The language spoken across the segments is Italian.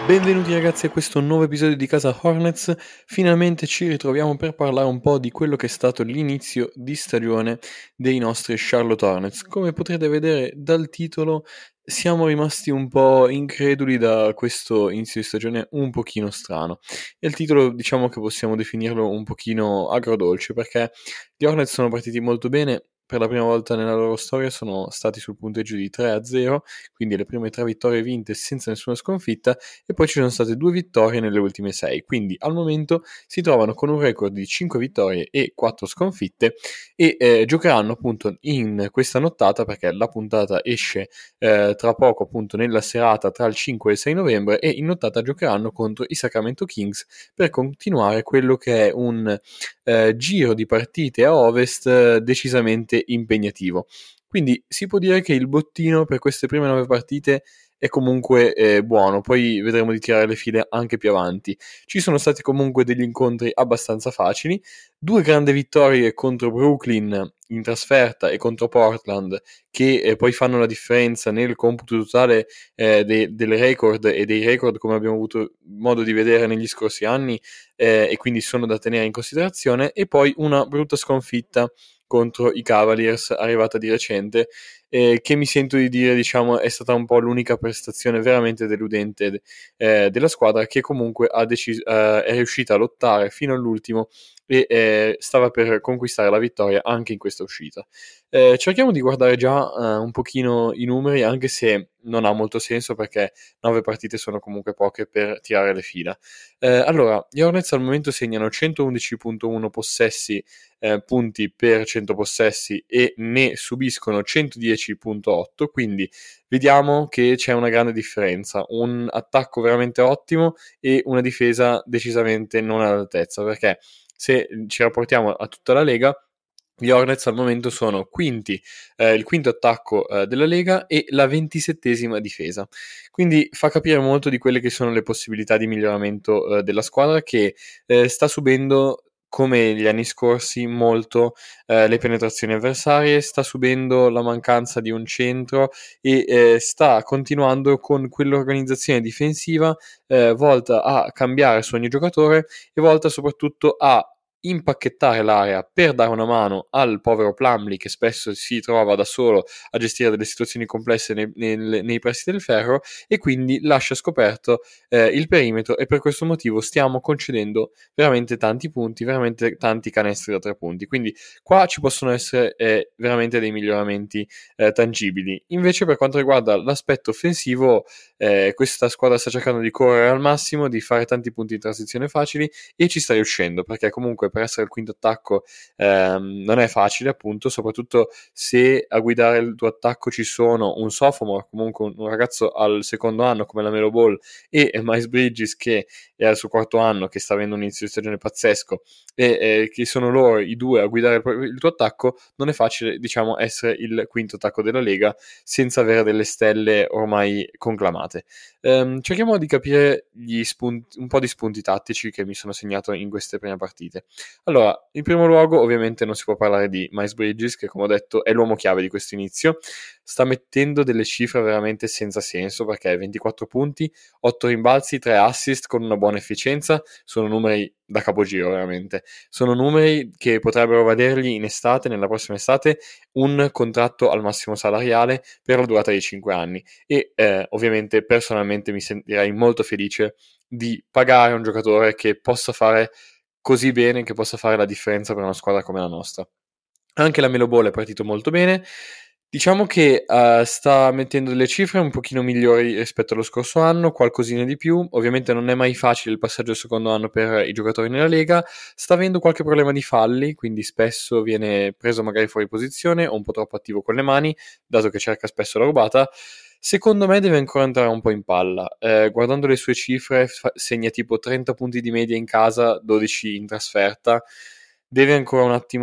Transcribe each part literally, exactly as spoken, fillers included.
Benvenuti ragazzi a questo nuovo episodio di Casa Hornets. Finalmente ci ritroviamo per parlare un po' di quello che è stato l'inizio di stagione dei nostri Charlotte Hornets. Come potrete vedere dal titolo, siamo rimasti un po' increduli da questo inizio di stagione un pochino strano. E il titolo diciamo che possiamo definirlo un pochino agrodolce, perché gli Hornets sono partiti molto bene. Per la prima volta nella loro storia sono stati sul punteggio di tre a zero, quindi le prime tre vittorie vinte senza nessuna sconfitta, e poi ci sono state due vittorie nelle ultime sei, quindi al momento si trovano con un record di cinque vittorie e quattro sconfitte e eh, giocheranno appunto in questa nottata, perché la puntata esce eh, tra poco, appunto nella serata tra il cinque e il sei novembre, e in nottata giocheranno contro i Sacramento Kings per continuare quello che è un eh, giro di partite a ovest eh, decisamente impegnativo. Quindi si può dire che il bottino per queste prime nove partite è comunque eh, buono, poi vedremo di tirare le file anche più avanti. Ci sono stati comunque degli incontri abbastanza facili, due grandi vittorie contro Brooklyn in trasferta e contro Portland, che eh, poi fanno la differenza nel computo totale eh, de- del record e dei record, come abbiamo avuto modo di vedere negli scorsi anni, eh, e quindi sono da tenere in considerazione. E poi una brutta sconfitta contro i Cavaliers arrivata di recente, eh, che mi sento di dire diciamo è stata un po' l'unica prestazione veramente deludente eh, della squadra, che comunque ha deciso, eh, è riuscita a lottare fino all'ultimo e eh, stava per conquistare la vittoria anche in questa uscita. Eh, cerchiamo di guardare già eh, un pochino i numeri, anche se non ha molto senso, perché nove partite sono comunque poche per tirare le fila. Eh, allora, gli Hornets al momento segnano centoundici virgola uno possessi, eh, punti per cento possessi, e ne subiscono centodieci virgola otto, quindi vediamo che c'è una grande differenza, un attacco veramente ottimo e una difesa decisamente non all'altezza, perché se ci rapportiamo a tutta la Lega, gli Hornets al momento sono quinti, eh, il quinto attacco eh, della Lega e la ventisettesima difesa. Quindi fa capire molto di quelle che sono le possibilità di miglioramento eh, della squadra, che eh, sta subendo, come gli anni scorsi, molto eh, le penetrazioni avversarie, sta subendo la mancanza di un centro e eh, sta continuando con quell'organizzazione difensiva eh, volta a cambiare su ogni giocatore e volta soprattutto a impacchettare l'area per dare una mano al povero Plumlee, che spesso si trova da solo a gestire delle situazioni complesse nei, nei, nei pressi del ferro, e quindi lascia scoperto eh, il perimetro, e per questo motivo stiamo concedendo veramente tanti punti, veramente tanti canestri da tre punti. Quindi qua ci possono essere eh, veramente dei miglioramenti eh, tangibili. Invece per quanto riguarda l'aspetto offensivo, eh, questa squadra sta cercando di correre al massimo, di fare tanti punti in transizione facili, e ci sta riuscendo, perché comunque per essere il quinto attacco ehm, non è facile, appunto, soprattutto se a guidare il tuo attacco ci sono un sophomore, comunque un, un ragazzo al secondo anno come la Melo Ball, e Miles Bridges che è al suo quarto anno, che sta avendo un inizio di stagione pazzesco, e eh, che sono loro i due a guidare il, il tuo attacco. Non è facile, diciamo, essere il quinto attacco della Lega senza avere delle stelle ormai conclamate. Um, cerchiamo di capire gli spunti, un po' di spunti tattici che mi sono segnato in queste prime partite. Allora, in primo luogo ovviamente non si può parlare di Miles Bridges, che come ho detto è l'uomo chiave di questo inizio. Sta mettendo delle cifre veramente senza senso, perché ventiquattro punti, otto rimbalzi, tre assist con una buona efficienza, sono numeri da capogiro veramente. Sono numeri che potrebbero vedergli in estate, nella prossima estate, un contratto al massimo salariale per la durata di cinque anni. E eh, ovviamente personalmente mi sentirei molto felice di pagare un giocatore che possa fare così bene, che possa fare la differenza per una squadra come la nostra. Anche la Melo Ball è partito molto bene. Diciamo che uh, sta mettendo delle cifre un pochino migliori rispetto allo scorso anno, qualcosina di più. Ovviamente non è mai facile il passaggio al secondo anno per i giocatori nella Lega. Sta avendo qualche problema di falli, quindi spesso viene preso magari fuori posizione o un po' troppo attivo con le mani, dato che cerca spesso la rubata. Secondo me deve ancora entrare un po' in palla. Eh, guardando le sue cifre, fa- segna tipo trenta punti di media in casa, dodici in trasferta. Deve ancora un attimo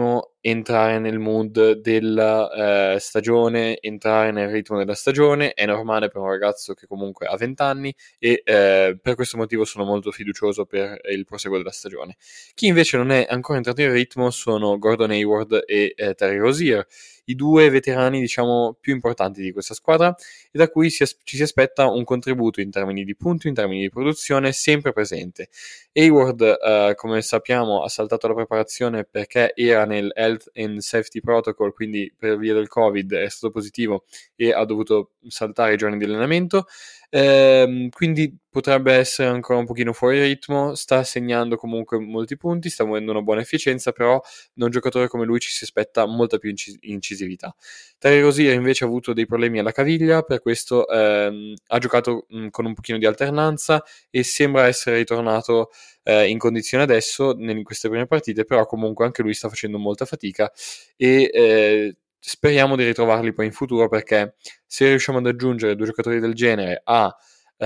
entrare nel mood della eh, stagione, entrare nel ritmo della stagione. È normale per un ragazzo che comunque ha venti anni e eh, per questo motivo sono molto fiducioso per il proseguo della stagione. Chi invece non è ancora entrato in ritmo sono Gordon Hayward e eh, Terry Rozier, i due veterani diciamo più importanti di questa squadra e da cui si as- ci si aspetta un contributo in termini di punti, in termini di produzione sempre presente. Hayward, eh, come sappiamo, ha saltato la preparazione perché era nel Health and Safety Protocol, quindi per via del Covid è stato positivo e ha dovuto saltare i giorni di allenamento. Ehm, quindi potrebbe essere ancora un pochino fuori ritmo, sta segnando comunque molti punti, sta avendo una buona efficienza, però da un giocatore come lui ci si aspetta molta più incis- incisività. Terry Rozier invece ha avuto dei problemi alla caviglia, per questo ehm, ha giocato mh, con un pochino di alternanza e sembra essere ritornato eh, in condizione adesso in queste prime partite, però comunque anche lui sta facendo molta fatica e eh, speriamo di ritrovarli poi in futuro, perché se riusciamo ad aggiungere due giocatori del genere a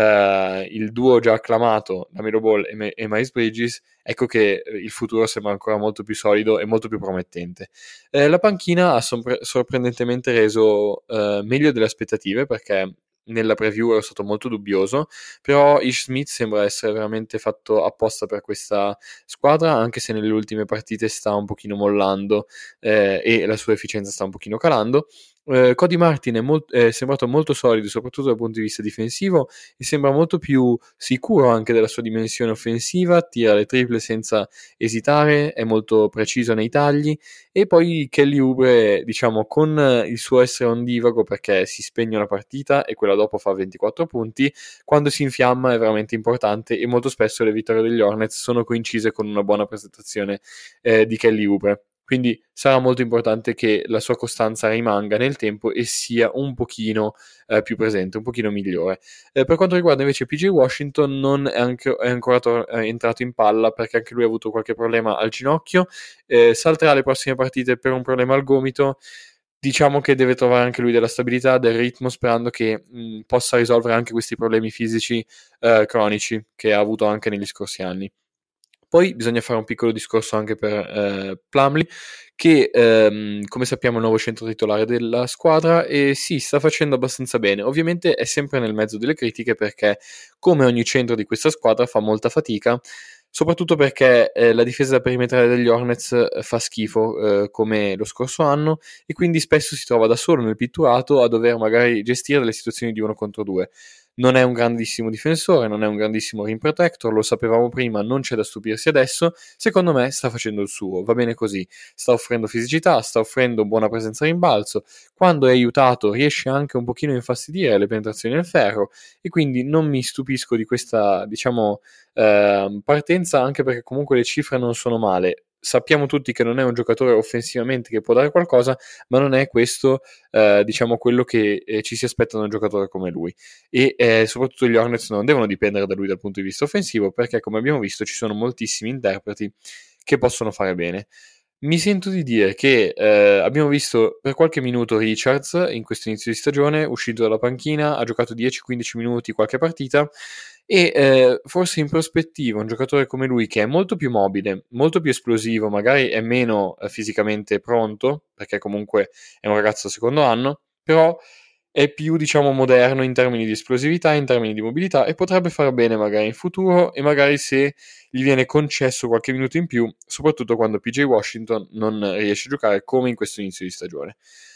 uh, il duo già acclamato LaMelo Ball e, Me- e Miles Bridges, ecco che il futuro sembra ancora molto più solido e molto più promettente. Eh, la panchina ha sopre- sorprendentemente reso uh, meglio delle aspettative, perché nella preview ero stato molto dubbioso, però Ish Smith sembra essere veramente fatto apposta per questa squadra, anche se nelle ultime partite sta un pochino mollando eh, e la sua efficienza sta un pochino calando. Eh, Cody Martin è, molt- è sembrato molto solido, soprattutto dal punto di vista difensivo, e sembra molto più sicuro anche della sua dimensione offensiva, tira le triple senza esitare, è molto preciso nei tagli. E poi Kelly Oubre, diciamo, con il suo essere ondivago, perché si spegne una partita e quella dopo fa ventiquattro punti, quando si infiamma è veramente importante, e molto spesso le vittorie degli Hornets sono coincise con una buona presentazione eh, di Kelly Oubre. Quindi sarà molto importante che la sua costanza rimanga nel tempo e sia un pochino eh, più presente, un pochino migliore. Eh, per quanto riguarda invece P J Washington, non è, anche, è ancora tor- è entrato in palla, perché anche lui ha avuto qualche problema al ginocchio, eh, salterà le prossime partite per un problema al gomito. Diciamo che deve trovare anche lui della stabilità, del ritmo, sperando che mh, possa risolvere anche questi problemi fisici eh, cronici che ha avuto anche negli scorsi anni. Poi bisogna fare un piccolo discorso anche per eh, Plumlee, che ehm, come sappiamo è il nuovo centro titolare della squadra e sì, sta facendo abbastanza bene. Ovviamente è sempre nel mezzo delle critiche, perché come ogni centro di questa squadra fa molta fatica, soprattutto perché eh, la difesa perimetrale degli Hornets eh, fa schifo eh, come lo scorso anno, e quindi spesso si trova da solo nel pitturato a dover magari gestire delle situazioni di uno contro due. Non è un grandissimo difensore, non è un grandissimo rim protector, lo sapevamo prima, non c'è da stupirsi adesso. Secondo me sta facendo il suo, va bene così, sta offrendo fisicità, sta offrendo buona presenza a rimbalzo, quando è aiutato riesce anche un pochino a infastidire le penetrazioni nel ferro, e quindi non mi stupisco di questa, diciamo, eh, partenza, anche perché comunque le cifre non sono male. Sappiamo tutti che non è un giocatore offensivamente che può dare qualcosa, ma non è questo, eh, diciamo, quello che eh, ci si aspetta da un giocatore come lui. E eh, soprattutto gli Hornets non devono dipendere da lui dal punto di vista offensivo, perché come abbiamo visto ci sono moltissimi interpreti che possono fare bene. Mi sento di dire che eh, abbiamo visto per qualche minuto Richards in questo inizio di stagione, uscito dalla panchina, ha giocato dieci quindici minuti qualche partita, e eh, forse in prospettiva un giocatore come lui, che è molto più mobile, molto più esplosivo, magari è meno eh, fisicamente pronto, perché comunque è un ragazzo secondo anno, però è più, diciamo, moderno in termini di esplosività, in termini di mobilità, e potrebbe far bene magari in futuro, e magari se gli viene concesso qualche minuto in più, soprattutto quando P J Washington non riesce a giocare come in questo inizio di stagione.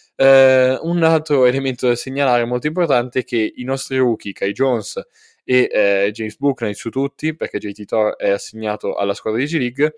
Uh, un altro elemento da segnalare molto importante è che i nostri rookie, Kai Jones e eh, James Bouknight su tutti, perché J T Thor è assegnato alla squadra di G-League,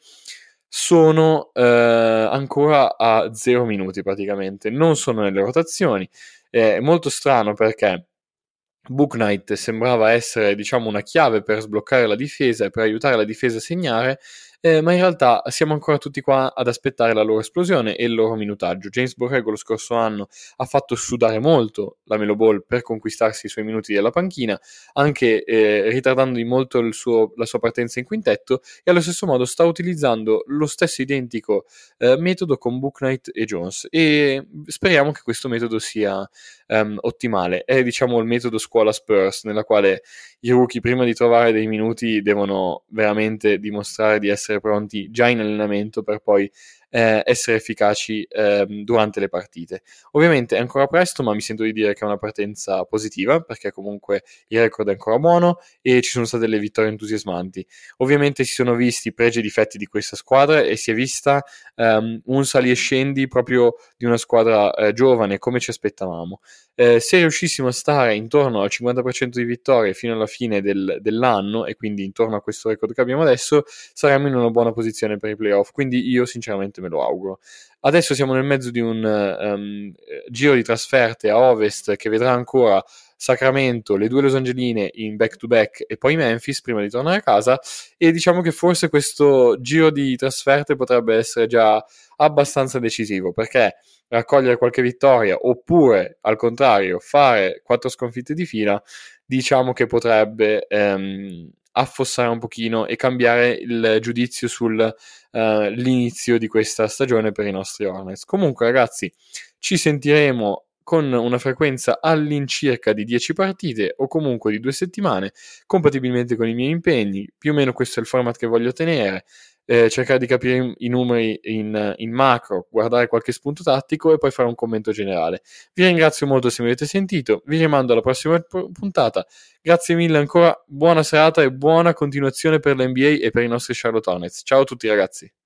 sono eh, ancora a zero minuti praticamente, non sono nelle rotazioni. È molto strano, perché Bouknight sembrava essere, diciamo, una chiave per sbloccare la difesa e per aiutare la difesa a segnare, eh, ma in realtà siamo ancora tutti qua ad aspettare la loro esplosione e il loro minutaggio. James Borrego lo scorso anno ha fatto sudare molto LaMelo Ball per conquistarsi i suoi minuti della panchina, anche eh, ritardando di molto il suo, la sua partenza in quintetto, e allo stesso modo sta utilizzando lo stesso identico eh, metodo con Bouknight e Jones, e speriamo che questo metodo sia um, ottimale. È, diciamo, il metodo scuola Spurs, nella quale i rookie, prima di trovare dei minuti, devono veramente dimostrare di essere pronti già in allenamento, per poi eh, essere efficaci eh, durante le partite. Ovviamente è ancora presto, ma mi sento di dire che è una partenza positiva, perché comunque il record è ancora buono e ci sono state delle vittorie entusiasmanti. Ovviamente si sono visti i pregi e difetti di questa squadra e si è vista um, un sali e scendi proprio di una squadra eh, giovane, come ci aspettavamo. Eh, se riuscissimo a stare intorno al cinquanta per cento di vittorie fino alla fine del, dell'anno, e quindi intorno a questo record che abbiamo adesso, saremmo in una buona posizione per i playoff, quindi io sinceramente me lo auguro. Adesso siamo nel mezzo di un um, giro di trasferte a Ovest che vedrà ancora Sacramento, le due Los Angeline in back to back e poi Memphis prima di tornare a casa, e diciamo che forse questo giro di trasferte potrebbe essere già abbastanza decisivo, perché raccogliere qualche vittoria oppure al contrario fare quattro sconfitte di fila diciamo che potrebbe ehm, affossare un pochino e cambiare il giudizio sull'inizio uh, di questa stagione per i nostri Hornets. Comunque ragazzi, ci sentiremo con una frequenza all'incirca di dieci partite o comunque di due settimane, compatibilmente con i miei impegni. Più o meno questo è il format che voglio tenere. Eh, cercare di capire i numeri in, in macro, guardare qualche spunto tattico e poi fare un commento generale. Vi ringrazio molto se mi avete sentito, vi rimando alla prossima puntata. Grazie mille ancora, buona serata e buona continuazione per l'N B A e per i nostri Charlotte Hornets. Ciao a tutti ragazzi.